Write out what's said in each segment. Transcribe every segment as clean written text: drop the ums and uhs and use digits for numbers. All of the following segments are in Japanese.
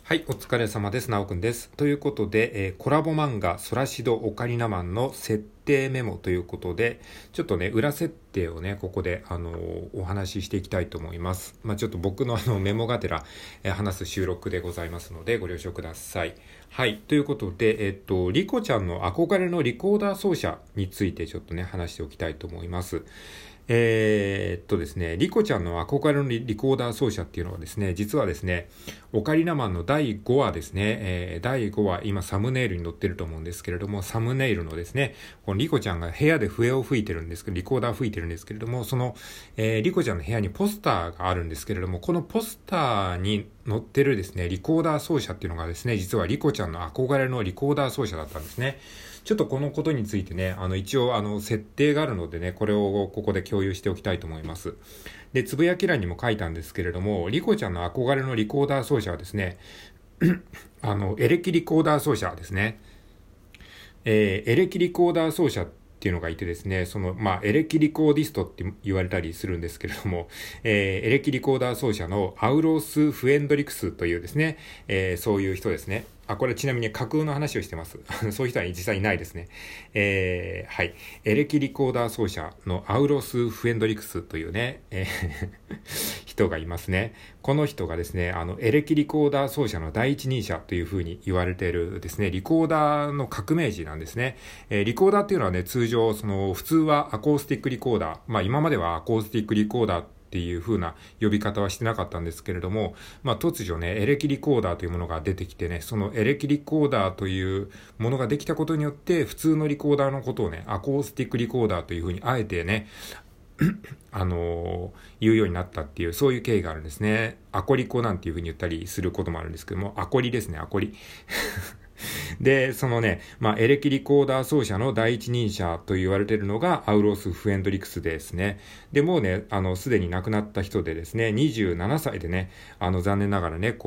はい、お疲れ様です。なおくんです。ということで、コラボ漫画ソラシドオカリナマンの設定メモということで、ちょっとね、裏設定をね、ここで、お話ししていきたいと思います。ちょっと僕のメモがてら、話す収録でございますので、ご了承ください。はい、ということで、リコちゃんの憧れのリコーダー奏者についてちょっとね、話しておきたいと思います。ですね、リコちゃんの憧れのリコーダー奏者っていうのはですね、実はですね、オカリナマンの第5話ですね、第5話、今サムネイルに載ってると思うんですけれども、サムネイルのですね、このリコちゃんが部屋で笛を吹いてるんですけど、リコーダー吹いてるんですけれども、その、リコちゃんの部屋にポスターがあるんですけれども、このポスターに載ってるですね、リコーダー奏者っていうのがですね、実はリコちゃんの憧れのリコーダー奏者だったんですね。ちょっとこのことについてね、一応設定があるのでね、これをここで共有しておきたいと思います。で、つぶやき欄にも書いたんですけれども、リコちゃんの憧れのリコーダー奏者はですね、エレキリコーダー奏者ですね。エレキリコーダー奏者っていうのがいてですね、エレキリコーディストって言われたりするんですけれども、エレキリコーダー奏者のアウロス・フエンドリクスというですね、そういう人ですね。これちなみに架空の話をしてます。そういう人は実際いないですね。はい。エレキリコーダー奏者のアウロス・フエンドリクスというね、人がいますね。この人がですね、エレキリコーダー奏者の第一人者というふうに言われているですね、リコーダーの革命児なんですね。リコーダーっていうのはね、通常、普通はアコースティックリコーダー、今まではアコースティックリコーダーっていう風な呼び方はしてなかったんですけれども、突如ね、エレキリコーダーというものが出てきてね、そのエレキリコーダーというものができたことによって、普通のリコーダーのことをね、アコースティックリコーダーという風にあえてね、言うようになったっていう、そういう経緯があるんですね。アコリコなんていう風に言ったりすることもあるんですけども、アコリですね、アコリ。で、そのね、エレキリコーダー奏者の第一人者と言われているのがアウロス・フエンドリクスですね。で、もうね、すでに亡くなった人でですね、27歳でね、残念ながらね、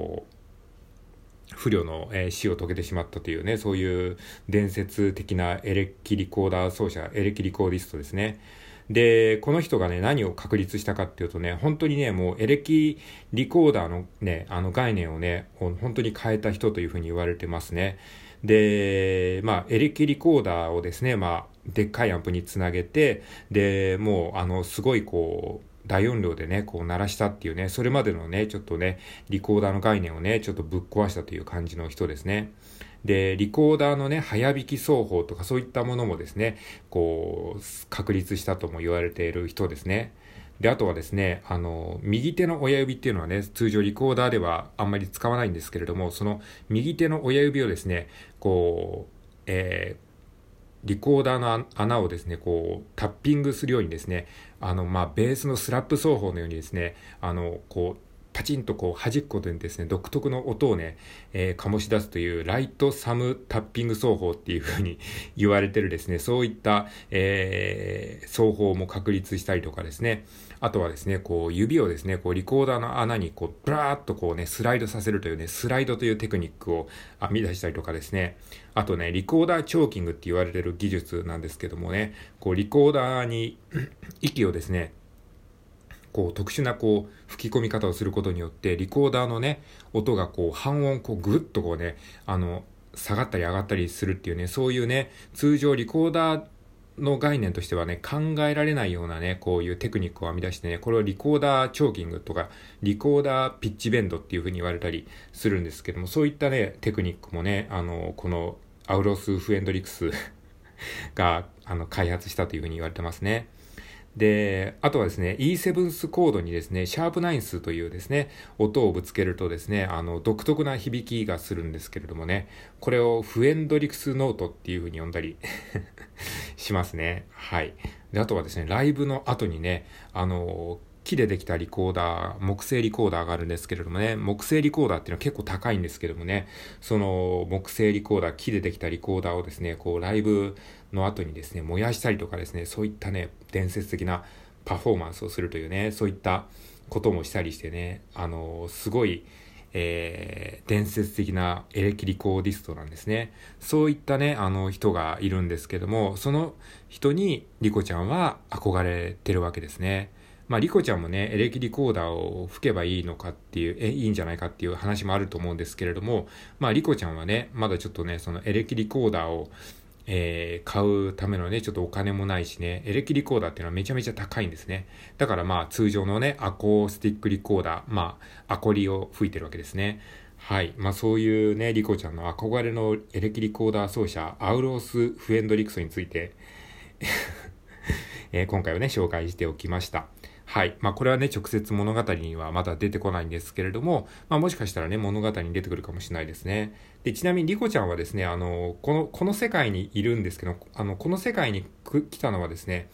不慮の、死を遂げてしまったというね、そういう伝説的なエレキリコーダー奏者、エレキリコーディストですね。で、この人がね、何を確立したかっていうとね、本当にね、もうエレキリコーダーのね、概念をね、本当に変えた人というふうに言われてますね。で、エレキリコーダーをですね、でっかいアンプにつなげて、で、もう、すごい大音量でね、鳴らしたっていうね、それまでのね、ちょっとね、リコーダーの概念をね、ちょっとぶっ壊したという感じの人ですね。で、リコーダーのね、早弾き奏法とかそういったものもですね、確立したとも言われている人ですね。で、あとはですね、右手の親指っていうのはね、通常リコーダーではあんまり使わないんですけれども、その右手の親指をですね、リコーダーの穴をですね、タッピングするようにですね、ベースのスラップ奏法のようにですね、パチンと弾くことにですね、独特の音をね、醸し出すというライトサムタッピング奏法っていう風に言われてるですね、そういった、奏法も確立したりとかですね、あとはですね、指をですね、リコーダーの穴にブラーっとね、スライドさせるというね、スライドというテクニックを編み出したりとかですね、あとね、リコーダーチョーキングって言われてる技術なんですけどもね、リコーダーに息をですね、特殊な吹き込み方をすることによってリコーダーのね音が半音ぐっとね下がったり上がったりするっていうね、そういうね通常リコーダーの概念としてはね考えられないようなねこういうテクニックを編み出してね、これをリコーダーチョーキングとかリコーダーピッチベンドっていう風に言われたりするんですけども、そういったねテクニックもねこのアウロス・フエンドリクスが開発したという風に言われてますね。で、あとはですね、E7 スコードにですね、シャープナインスというですね、音をぶつけるとですね、独特な響きがするんですけれどもね、これをフエンドリクスノートっていう風に呼んだりしますね。はい。で、あとはですね、ライブの後にね、木でできたリコーダー、木製リコーダーがあるんですけれどもね、木製リコーダーっていうのは結構高いんですけどもね、その木製リコーダー、木でできたリコーダーをですね、ライブの後にですね、燃やしたりとかですね、そういったね、伝説的なパフォーマンスをするというね、そういったこともしたりしてね、すごい、伝説的なエレキリコーディストなんですね。そういったね、人がいるんですけども、その人にリコちゃんは憧れてるわけですね。 リコちゃんもね、エレキリコーダーを吹けばいいのかっていう、いいんじゃないかっていう話もあると思うんですけれども、リコちゃんはね、まだちょっとね、そのエレキリコーダーを、買うためのね、ちょっとお金もないしね、エレキリコーダーっていうのはめちゃめちゃ高いんですね。だから通常のね、アコースティックリコーダー、アコリを吹いてるわけですね。はい。そういうね、リコちゃんの憧れのエレキリコーダー奏者、アウロース・フェンドリクソについて、今回はね、紹介しておきました。はい。これはね、直接物語にはまだ出てこないんですけれども、もしかしたらね、物語に出てくるかもしれないですね。で、ちなみにリコちゃんはですね、この世界にいるんですけど、この世界に来たのはですね、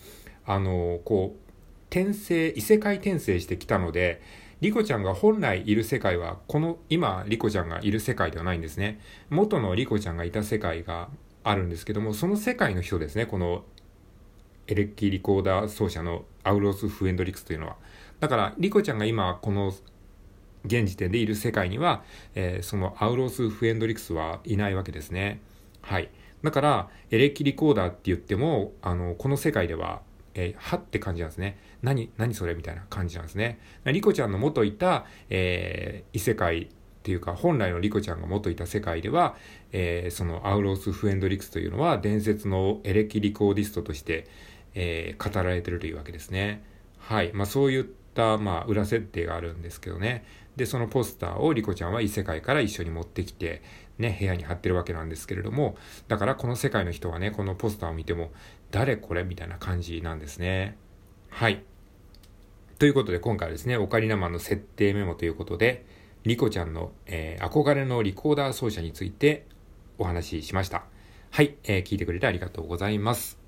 異世界転生してきたので、リコちゃんが本来いる世界は、今、リコちゃんがいる世界ではないんですね。元のリコちゃんがいた世界があるんですけども、その世界の人ですね、このエレキリコーダー奏者のアウロス・フエンドリクスというのは。だから、リコちゃんが今、この現時点でいる世界には、そのアウロス・フエンドリクスはいないわけですね。はい。だから、エレキリコーダーって言っても、この世界では、はって感じなんですね。何それみたいな感じなんですね。リコちゃんの元いた、異世界っていうか、本来のリコちゃんが元いた世界では、そのアウロス・フエンドリクスというのは伝説のエレキリコーディストとして、語られているというわけですね。はい。そういった、裏設定があるんですけどね。で、そのポスターをリコちゃんは異世界から一緒に持ってきて、ね、部屋に貼ってるわけなんですけれども、だからこの世界の人はね、このポスターを見ても、誰これみたいな感じなんですね。はい。ということで、今回はですね、オカリナマンの設定メモということで、リコちゃんの、憧れのリコーダー奏者についてお話ししました。はい、聞いてくれてありがとうございます。